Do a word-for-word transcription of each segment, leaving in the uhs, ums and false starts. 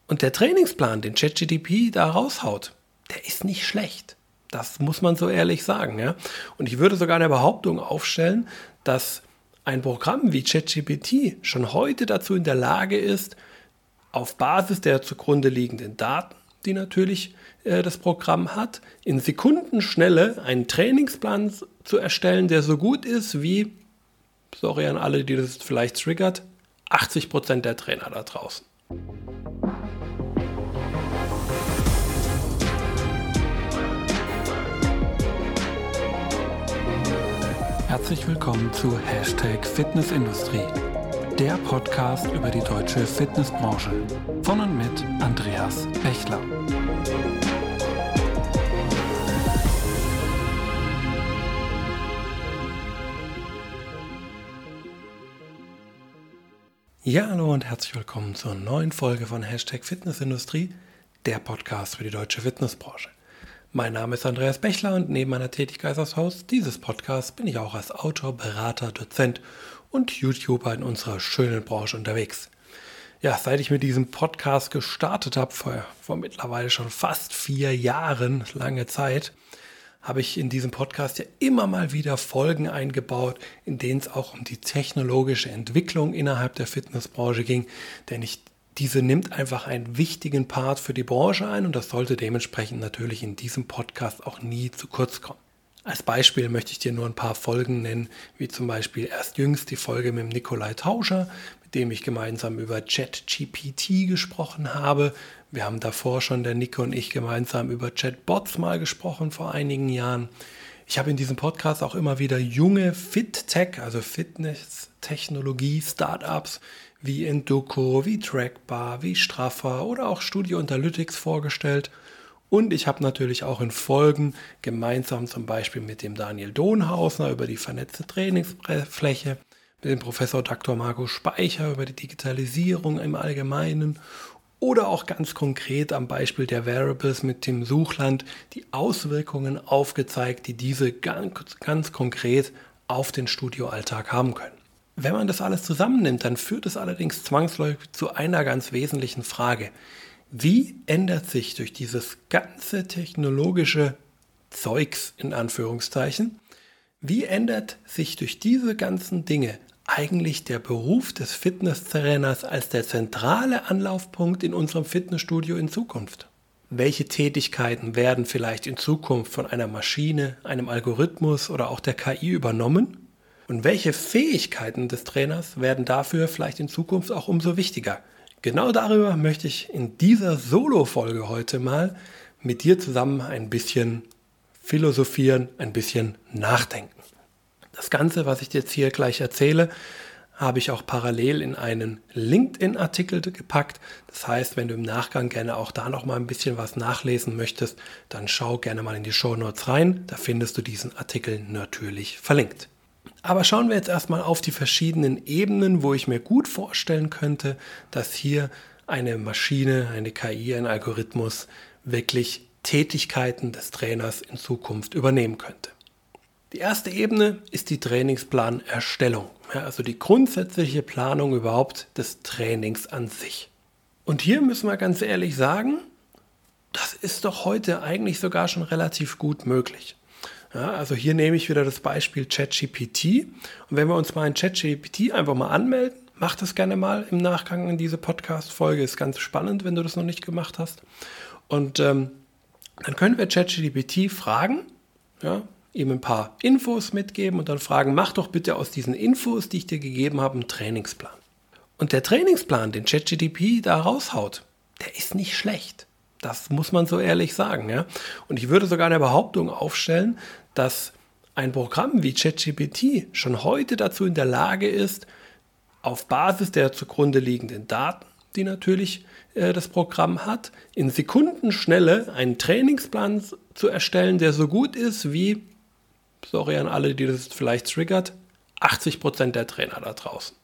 Und der Trainingsplan, den ChatGPT da raushaut, der ist nicht schlecht. Das muss man so ehrlich sagen. Ja? Und ich würde sogar eine Behauptung aufstellen, dass ein Programm wie ChatGPT schon heute dazu in der Lage ist, auf Basis der zugrunde liegenden Daten, die natürlich äh, das Programm hat, in Sekundenschnelle einen Trainingsplan zu erstellen, der so gut ist wie, sorry an alle, die das vielleicht triggert, achtzig Prozent der Trainer da draußen. Herzlich willkommen zu Hashtag Fitnessindustrie, der Podcast über die deutsche Fitnessbranche. Von und mit Andreas Bechler. Ja, hallo und herzlich willkommen zur neuen Folge von Hashtag Fitnessindustrie, der Podcast für die deutsche Fitnessbranche. Mein Name ist Andreas Bechler und neben meiner Tätigkeit als Host dieses Podcasts bin ich auch als Autor, Berater, Dozent und YouTuber in unserer schönen Branche unterwegs. Ja, seit ich mit diesem Podcast gestartet habe, vor, vor mittlerweile schon fast vier Jahren, lange Zeit, habe ich in diesem Podcast ja immer mal wieder Folgen eingebaut, in denen es auch um die technologische Entwicklung innerhalb der Fitnessbranche ging, denn ich Diese nimmt einfach einen wichtigen Part für die Branche ein und das sollte dementsprechend natürlich in diesem Podcast auch nie zu kurz kommen. Als Beispiel möchte ich dir nur ein paar Folgen nennen, wie zum Beispiel erst jüngst die Folge mit dem Nikolai Tauscher, mit dem ich gemeinsam über ChatGPT gesprochen habe. Wir haben davor schon, der Nico und ich, gemeinsam über Chatbots mal gesprochen vor einigen Jahren. Ich habe in diesem Podcast auch immer wieder junge Fit-Tech, also Fitness-Technologie-Startups wie Enduko, wie Trackbar, wie Straffer oder auch Studio Analytics vorgestellt. Und ich habe natürlich auch in Folgen gemeinsam zum Beispiel mit dem Daniel Donhausner über die vernetzte Trainingsfläche, mit dem Professor Doktor Marco Speicher über die Digitalisierung im Allgemeinen oder auch ganz konkret am Beispiel der Wearables mit dem Suchland die Auswirkungen aufgezeigt, die diese ganz, ganz konkret auf den Studioalltag haben können. Wenn man das alles zusammennimmt, dann führt es allerdings zwangsläufig zu einer ganz wesentlichen Frage. Wie ändert sich durch dieses ganze technologische Zeugs in Anführungszeichen, wie ändert sich durch diese ganzen Dinge eigentlich der Beruf des Fitnesstrainers als der zentrale Anlaufpunkt in unserem Fitnessstudio in Zukunft? Welche Tätigkeiten werden vielleicht in Zukunft von einer Maschine, einem Algorithmus oder auch der K I übernommen? Und welche Fähigkeiten des Trainers werden dafür vielleicht in Zukunft auch umso wichtiger? Genau darüber möchte ich in dieser Solo-Folge heute mal mit dir zusammen ein bisschen philosophieren, ein bisschen nachdenken. Das Ganze, was ich dir jetzt hier gleich erzähle, habe ich auch parallel in einen LinkedIn-Artikel gepackt. Das heißt, wenn du im Nachgang gerne auch da noch mal ein bisschen was nachlesen möchtest, dann schau gerne mal in die Shownotes rein. Da findest du diesen Artikel natürlich verlinkt. Aber schauen wir jetzt erstmal auf die verschiedenen Ebenen, wo ich mir gut vorstellen könnte, dass hier eine Maschine, eine K I, ein Algorithmus wirklich Tätigkeiten des Trainers in Zukunft übernehmen könnte. Die erste Ebene ist die Trainingsplanerstellung, ja, also die grundsätzliche Planung überhaupt des Trainings an sich. Und hier müssen wir ganz ehrlich sagen, das ist doch heute eigentlich sogar schon relativ gut möglich. Ja, also hier nehme ich wieder das Beispiel ChatGPT und wenn wir uns mal in ChatGPT einfach mal anmelden, mach das gerne mal im Nachgang in diese Podcast-Folge, ist ganz spannend, wenn du das noch nicht gemacht hast. Und ähm, dann können wir ChatGPT fragen, ja, ihm ein paar Infos mitgeben und dann fragen, mach doch bitte aus diesen Infos, die ich dir gegeben habe, einen Trainingsplan. Und der Trainingsplan, den ChatGPT da raushaut, der ist nicht schlecht. Das muss man so ehrlich sagen. Ja? Und ich würde sogar eine Behauptung aufstellen, dass ein Programm wie ChatGPT schon heute dazu in der Lage ist, auf Basis der zugrunde liegenden Daten, die natürlich äh, das Programm hat, in Sekundenschnelle einen Trainingsplan zu erstellen, der so gut ist wie, sorry an alle, die das vielleicht triggert, achtzig Prozent der Trainer da draußen.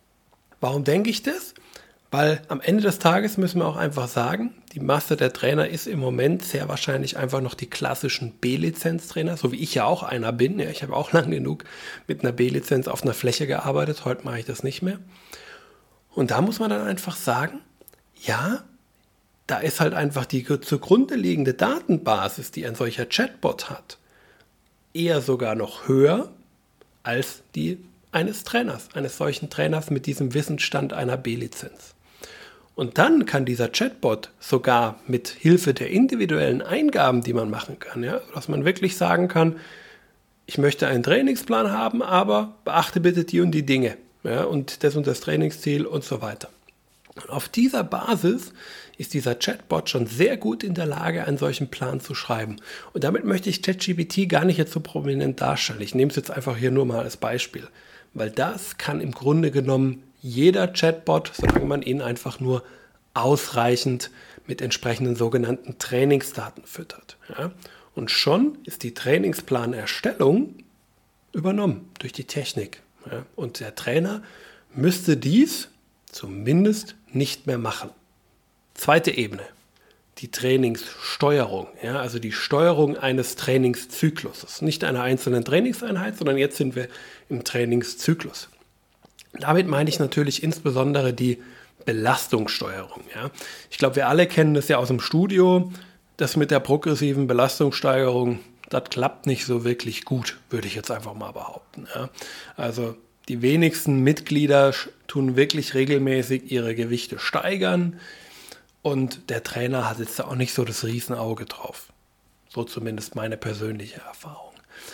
Warum denke ich das? Weil am Ende des Tages müssen wir auch einfach sagen, die Masse der Trainer ist im Moment sehr wahrscheinlich einfach noch die klassischen B-Lizenz-Trainer, so wie ich ja auch einer bin. Ja, ich habe auch lang genug mit einer B-Lizenz auf einer Fläche gearbeitet, heute mache ich das nicht mehr. Und da muss man dann einfach sagen, ja, da ist halt einfach die zugrunde liegende Datenbasis, die ein solcher Chatbot hat, eher sogar noch höher als die eines Trainers, eines solchen Trainers mit diesem Wissensstand einer B-Lizenz. Und dann kann dieser Chatbot sogar mit Hilfe der individuellen Eingaben, die man machen kann, ja, dass man wirklich sagen kann, ich möchte einen Trainingsplan haben, aber beachte bitte die und die Dinge, ja, und das und das Trainingsziel und so weiter. Und auf dieser Basis ist dieser Chatbot schon sehr gut in der Lage, einen solchen Plan zu schreiben. Und damit möchte ich ChatGPT gar nicht jetzt so prominent darstellen. Ich nehme es jetzt einfach hier nur mal als Beispiel, weil das kann im Grunde genommen jeder Chatbot, solange man ihn einfach nur ausreichend mit entsprechenden sogenannten Trainingsdaten füttert. Ja? Und schon ist die Trainingsplanerstellung übernommen durch die Technik. Ja? Und der Trainer müsste dies zumindest nicht mehr machen. Zweite Ebene, die Trainingssteuerung, ja, also die Steuerung eines Trainingszykluses. Nicht einer einzelnen Trainingseinheit, sondern jetzt sind wir im Trainingszyklus. Damit meine ich natürlich insbesondere die Belastungssteuerung. Ja. Ich glaube, wir alle kennen das ja aus dem Studio. Das mit der progressiven Belastungssteigerung, das klappt nicht so wirklich gut, würde ich jetzt einfach mal behaupten. Ja. Also die wenigsten Mitglieder tun wirklich regelmäßig ihre Gewichte steigern und der Trainer hat jetzt auch nicht so das Riesenauge drauf. So zumindest meine persönliche Erfahrung.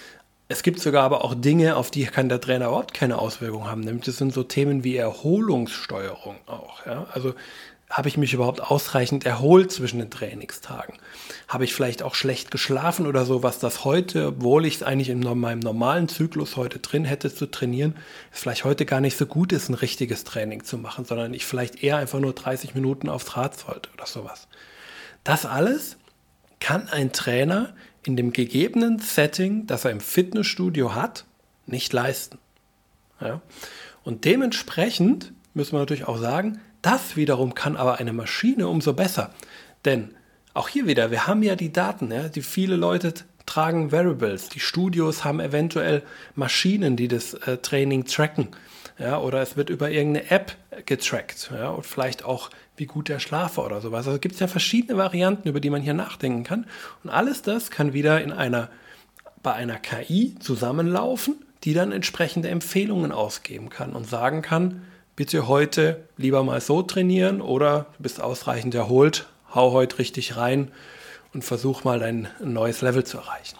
Es gibt sogar aber auch Dinge, auf die kann der Trainer überhaupt keine Auswirkung haben. Nämlich das sind so Themen wie Erholungssteuerung auch. Ja? Also habe ich mich überhaupt ausreichend erholt zwischen den Trainingstagen? Habe ich vielleicht auch schlecht geschlafen oder so, was das heute, obwohl ich es eigentlich in meinem normalen Zyklus heute drin hätte zu trainieren, es vielleicht heute gar nicht so gut ist, ein richtiges Training zu machen, sondern ich vielleicht eher einfach nur dreißig Minuten aufs Rad sollte oder sowas. Das alles kann ein Trainer in dem gegebenen Setting, das er im Fitnessstudio hat, nicht leisten. Ja? Und dementsprechend müssen wir natürlich auch sagen, das wiederum kann aber eine Maschine umso besser. Denn auch hier wieder, wir haben ja die Daten, ja, die viele Leute tragen Wearables. Die Studios haben eventuell Maschinen, die das äh, Training tracken. Ja, oder es wird über irgendeine App getrackt. Ja, und vielleicht auch, wie gut der Schlaf war oder sowas. Also gibt es ja verschiedene Varianten, über die man hier nachdenken kann. Und alles das kann wieder in einer, bei einer K I zusammenlaufen, die dann entsprechende Empfehlungen ausgeben kann und sagen kann, bitte heute lieber mal so trainieren oder du bist ausreichend erholt, hau heute richtig rein und versuch mal dein neues Level zu erreichen.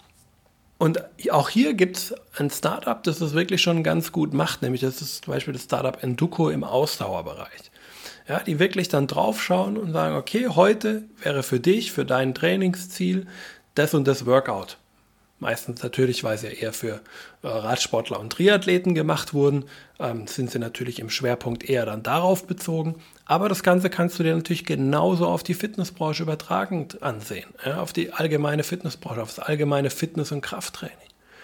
Und auch hier gibt es ein Startup, das das wirklich schon ganz gut macht, nämlich das ist zum Beispiel das Startup Enduko im Ausdauerbereich. Ja, die wirklich dann draufschauen und sagen, okay, heute wäre für dich, für dein Trainingsziel das und das Workout. Meistens natürlich, weil sie ja eher für äh, Radsportler und Triathleten gemacht wurden, ähm, sind sie natürlich im Schwerpunkt eher dann darauf bezogen. Aber das Ganze kannst du dir natürlich genauso auf die Fitnessbranche übertragend ansehen, ja, auf die allgemeine Fitnessbranche, auf das allgemeine Fitness- und Krafttraining.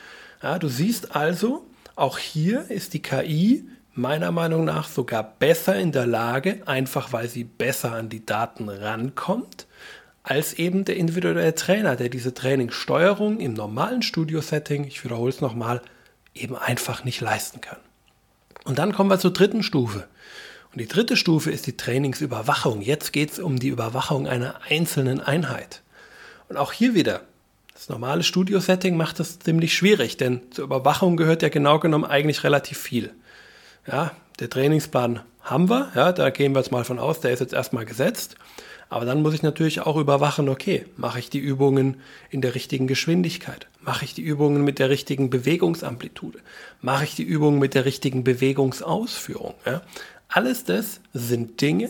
Ja, du siehst also, auch hier ist die K I meiner Meinung nach sogar besser in der Lage, einfach weil sie besser an die Daten rankommt, als eben der individuelle Trainer, der diese Trainingssteuerung im normalen Studio-Setting, ich wiederhole es nochmal, eben einfach nicht leisten kann. Und dann kommen wir zur dritten Stufe. Und die dritte Stufe ist die Trainingsüberwachung. Jetzt geht es um die Überwachung einer einzelnen Einheit. Und auch hier wieder, das normale Studio-Setting macht das ziemlich schwierig, denn zur Überwachung gehört ja genau genommen eigentlich relativ viel. Ja, der Trainingsplan haben wir, ja, da gehen wir jetzt mal von aus, der ist jetzt erstmal gesetzt. Aber dann muss ich natürlich auch überwachen, okay, mache ich die Übungen in der richtigen Geschwindigkeit? Mache ich die Übungen mit der richtigen Bewegungsamplitude? Mache ich die Übungen mit der richtigen Bewegungsausführung? Ja? Alles das sind Dinge,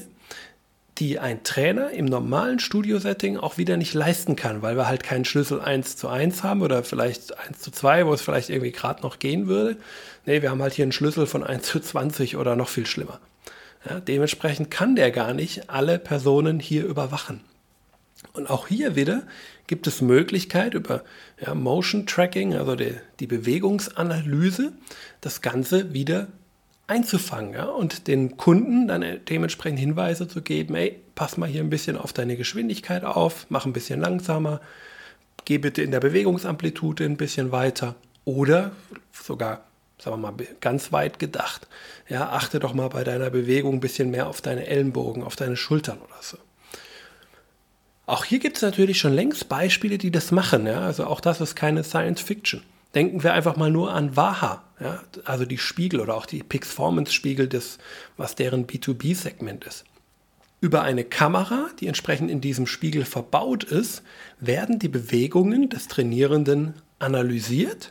die ein Trainer im normalen Studio-Setting auch wieder nicht leisten kann, weil wir halt keinen Schlüssel eins zu eins haben oder vielleicht eins zu zwei, wo es vielleicht irgendwie gerade noch gehen würde. Nee, wir haben halt hier einen Schlüssel von eins zu zwanzig oder noch viel schlimmer. Ja, dementsprechend kann der gar nicht alle Personen hier überwachen. Und auch hier wieder gibt es Möglichkeit über ja, Motion Tracking, also die, die Bewegungsanalyse, das Ganze wieder einzufangen, ja, und den Kunden dann dementsprechend Hinweise zu geben, ey, pass mal hier ein bisschen auf deine Geschwindigkeit auf, mach ein bisschen langsamer, geh bitte in der Bewegungsamplitude ein bisschen weiter oder sogar, sagen wir mal, ganz weit gedacht, ja, achte doch mal bei deiner Bewegung ein bisschen mehr auf deine Ellenbogen, auf deine Schultern oder so. Auch hier gibt es natürlich schon längst Beispiele, die das machen. Ja? Also auch das ist keine Science Fiction. Denken wir einfach mal nur an Waha, ja? Also die Spiegel oder auch die Pixformance-Spiegel, das, was deren B zwei B-Segment ist. Über eine Kamera, die entsprechend in diesem Spiegel verbaut ist, werden die Bewegungen des Trainierenden analysiert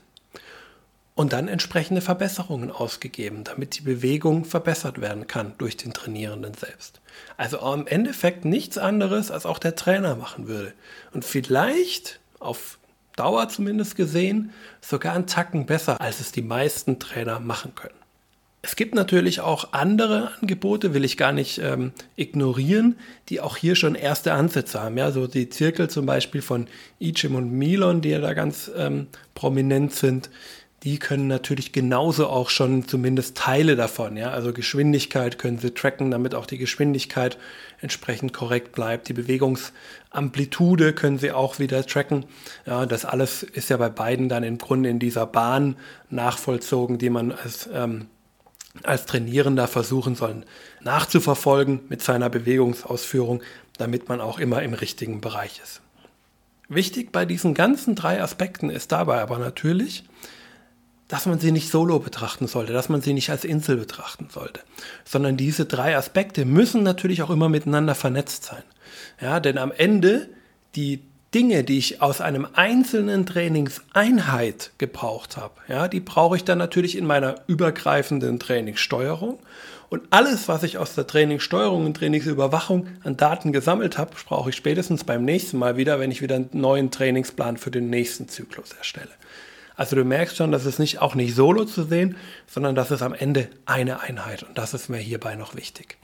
und dann entsprechende Verbesserungen ausgegeben, damit die Bewegung verbessert werden kann durch den Trainierenden selbst. Also im Endeffekt nichts anderes, als auch der Trainer machen würde. Und vielleicht, auf Dauer zumindest gesehen, sogar einen Tacken besser, als es die meisten Trainer machen können. Es gibt natürlich auch andere Angebote, will ich gar nicht ähm, ignorieren, die auch hier schon erste Ansätze haben. Ja, so die Zirkel zum Beispiel von Ichem und Milon, die ja da ganz ähm, prominent sind, die können natürlich genauso auch schon zumindest Teile davon. Ja, also Geschwindigkeit können sie tracken, damit auch die Geschwindigkeit entsprechend korrekt bleibt. Die Bewegungsamplitude können sie auch wieder tracken. Ja, das alles ist ja bei beiden dann im Grunde in dieser Bahn nachvollzogen, die man als ähm, als Trainierender versuchen sollen nachzuverfolgen mit seiner Bewegungsausführung, damit man auch immer im richtigen Bereich ist. Wichtig bei diesen ganzen drei Aspekten ist dabei aber natürlich, dass man sie nicht solo betrachten sollte, dass man sie nicht als Insel betrachten sollte, sondern diese drei Aspekte müssen natürlich auch immer miteinander vernetzt sein. Ja, denn am Ende die Dinge, die ich aus einem einzelnen Trainingseinheit gebraucht habe, ja, die brauche ich dann natürlich in meiner übergreifenden Trainingssteuerung. Und alles, was ich aus der Trainingssteuerung und Trainingsüberwachung an Daten gesammelt habe, brauche ich spätestens beim nächsten Mal wieder, wenn ich wieder einen neuen Trainingsplan für den nächsten Zyklus erstelle. Also du merkst schon, das ist nicht, auch nicht solo zu sehen, sondern das ist am Ende eine Einheit. Und das ist mir hierbei noch wichtig.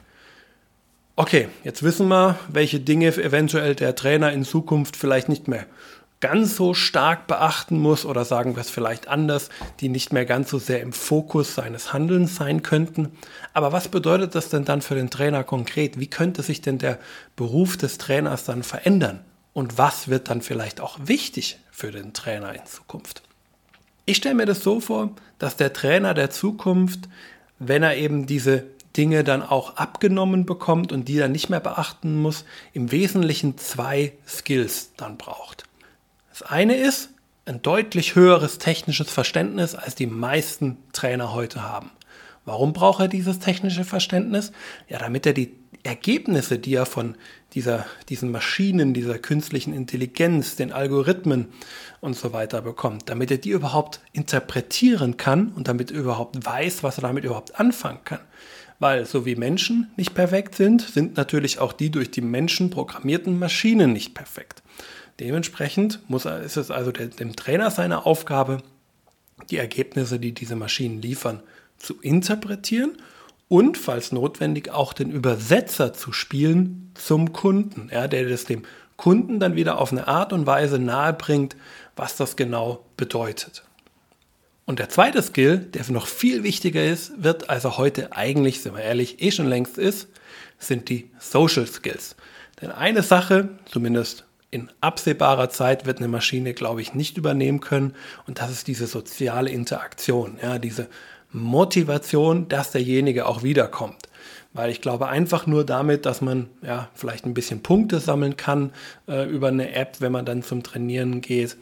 Okay, jetzt wissen wir, welche Dinge eventuell der Trainer in Zukunft vielleicht nicht mehr ganz so stark beachten muss oder sagen wir es vielleicht anders, die nicht mehr ganz so sehr im Fokus seines Handelns sein könnten. Aber was bedeutet das denn dann für den Trainer konkret? Wie könnte sich denn der Beruf des Trainers dann verändern? Und was wird dann vielleicht auch wichtig für den Trainer in Zukunft? Ich stelle mir das so vor, dass der Trainer der Zukunft, wenn er eben diese Dinge dann auch abgenommen bekommt und die dann nicht mehr beachten muss, im Wesentlichen zwei Skills dann braucht. Das eine ist ein deutlich höheres technisches Verständnis, als die meisten Trainer heute haben. Warum braucht er dieses technische Verständnis? Ja, damit er die Ergebnisse, die er von dieser, diesen Maschinen, dieser künstlichen Intelligenz, den Algorithmen und so weiter bekommt, damit er die überhaupt interpretieren kann und damit er überhaupt weiß, was er damit überhaupt anfangen kann. Weil so wie Menschen nicht perfekt sind, sind natürlich auch die durch die Menschen programmierten Maschinen nicht perfekt. Dementsprechend muss er, ist es also der, dem Trainer seine Aufgabe, die Ergebnisse, die diese Maschinen liefern, zu interpretieren und, falls notwendig, auch den Übersetzer zu spielen zum Kunden, ja, der das dem Kunden dann wieder auf eine Art und Weise nahebringt, was das genau bedeutet. Und der zweite Skill, der noch viel wichtiger ist, wird also heute eigentlich, sind wir ehrlich, eh schon längst ist, sind die Social Skills. Denn eine Sache, zumindest in absehbarer Zeit, wird eine Maschine, glaube ich, nicht übernehmen können. Und das ist diese soziale Interaktion, ja, diese Motivation, dass derjenige auch wiederkommt. Weil ich glaube, einfach nur damit, dass man ja vielleicht ein bisschen Punkte sammeln kann äh, über eine App, wenn man dann zum Trainieren geht,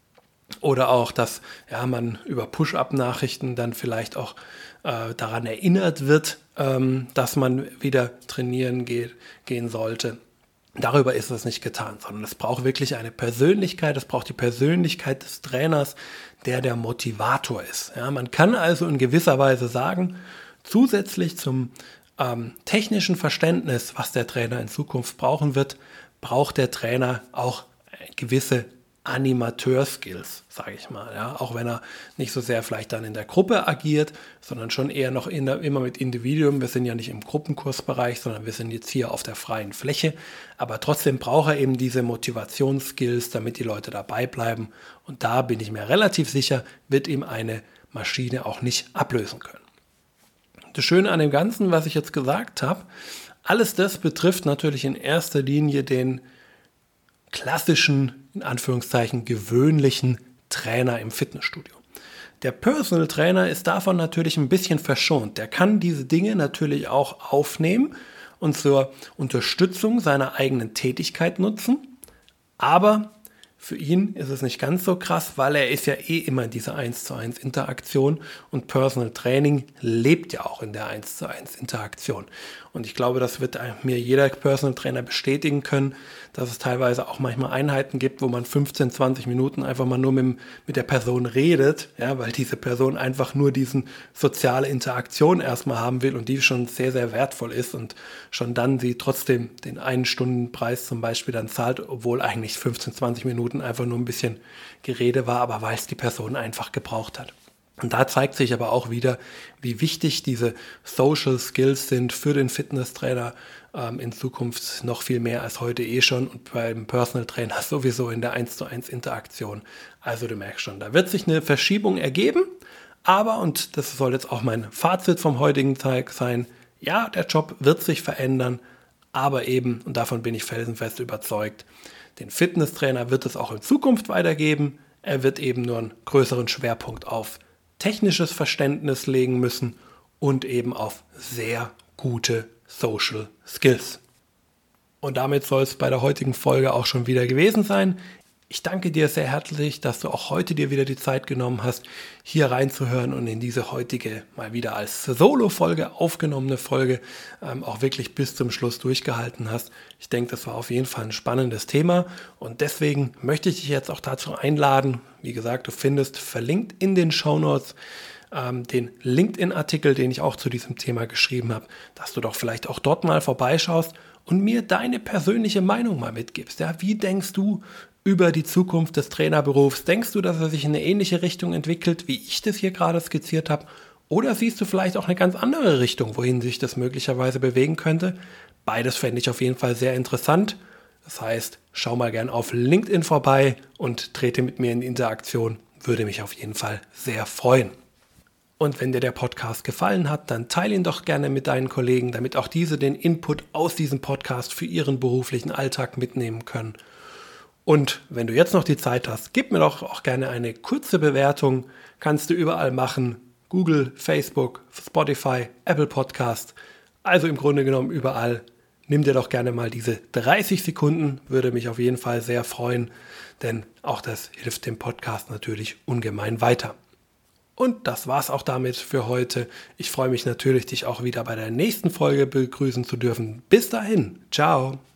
oder auch, dass ja, man über Push-Up-Nachrichten dann vielleicht auch äh, daran erinnert wird, ähm, dass man wieder trainieren geht, gehen sollte. Darüber ist es nicht getan, sondern es braucht wirklich eine Persönlichkeit, es braucht die Persönlichkeit des Trainers, der der Motivator ist. Ja, man kann also in gewisser Weise sagen, zusätzlich zum ähm, technischen Verständnis, was der Trainer in Zukunft brauchen wird, braucht der Trainer auch gewisse Animateur-Skills, sage ich mal. Ja? Auch wenn er nicht so sehr vielleicht dann in der Gruppe agiert, sondern schon eher noch in der, immer mit Individuum. Wir sind ja nicht im Gruppenkursbereich, sondern wir sind jetzt hier auf der freien Fläche. Aber trotzdem braucht er eben diese Motivationsskills, damit die Leute dabei bleiben. Und da bin ich mir relativ sicher, wird ihm eine Maschine auch nicht ablösen können. Das Schöne an dem Ganzen, was ich jetzt gesagt habe, alles das betrifft natürlich in erster Linie den klassischen, in Anführungszeichen, gewöhnlichen Trainer im Fitnessstudio. Der Personal Trainer ist davon natürlich ein bisschen verschont. Der kann diese Dinge natürlich auch aufnehmen und zur Unterstützung seiner eigenen Tätigkeit nutzen. Aber für ihn ist es nicht ganz so krass, weil er ist ja eh immer in dieser eins zu eins Interaktion und Personal Training lebt ja auch in der eins zu eins Interaktion. Und ich glaube, das wird mir jeder Personal Trainer bestätigen können, dass es teilweise auch manchmal Einheiten gibt, wo man fünfzehn, zwanzig Minuten einfach mal nur mit, mit der Person redet, ja, weil diese Person einfach nur diesen soziale Interaktion erstmal haben will und die schon sehr, sehr wertvoll ist und schon dann sie trotzdem den einen Stundenpreis zum Beispiel dann zahlt, obwohl eigentlich fünfzehn, zwanzig Minuten einfach nur ein bisschen Gerede war, aber weil es die Person einfach gebraucht hat. Und da zeigt sich aber auch wieder, wie wichtig diese Social Skills sind für den Fitnesstrainer ähm, in Zukunft noch viel mehr als heute eh schon und beim Personal Trainer sowieso in der eins zu eins Interaktion. Also du merkst schon, da wird sich eine Verschiebung ergeben, aber, und das soll jetzt auch mein Fazit vom heutigen Tag sein, ja, der Job wird sich verändern, aber eben, und davon bin ich felsenfest überzeugt, den Fitnesstrainer wird es auch in Zukunft weitergeben. Er wird eben nur einen größeren Schwerpunkt auf technisches Verständnis legen müssen und eben auf sehr gute Social Skills. Und damit soll es bei der heutigen Folge auch schon wieder gewesen sein. Ich danke dir sehr herzlich, dass du auch heute dir wieder die Zeit genommen hast, hier reinzuhören und in diese heutige, mal wieder als Solo-Folge aufgenommene Folge ähm, auch wirklich bis zum Schluss durchgehalten hast. Ich denke, das war auf jeden Fall ein spannendes Thema und deswegen möchte ich dich jetzt auch dazu einladen. Wie gesagt, du findest verlinkt in den Shownotes ähm, den LinkedIn-Artikel, den ich auch zu diesem Thema geschrieben habe, dass du doch vielleicht auch dort mal vorbeischaust und mir deine persönliche Meinung mal mitgibst. Ja, wie denkst du über die Zukunft des Trainerberufs? Denkst du, dass er sich in eine ähnliche Richtung entwickelt, wie ich das hier gerade skizziert habe? Oder siehst du vielleicht auch eine ganz andere Richtung, wohin sich das möglicherweise bewegen könnte? Beides fände ich auf jeden Fall sehr interessant. Das heißt, schau mal gern auf LinkedIn vorbei und trete mit mir in Interaktion. Würde mich auf jeden Fall sehr freuen. Und wenn dir der Podcast gefallen hat, dann teile ihn doch gerne mit deinen Kollegen, damit auch diese den Input aus diesem Podcast für ihren beruflichen Alltag mitnehmen können. Und wenn du jetzt noch die Zeit hast, gib mir doch auch gerne eine kurze Bewertung. Kannst du überall machen. Google, Facebook, Spotify, Apple Podcast. Also im Grunde genommen überall. Nimm dir doch gerne mal diese dreißig Sekunden. Würde mich auf jeden Fall sehr freuen. Denn auch das hilft dem Podcast natürlich ungemein weiter. Und das war's auch damit für heute. Ich freue mich natürlich, dich auch wieder bei der nächsten Folge begrüßen zu dürfen. Bis dahin. Ciao.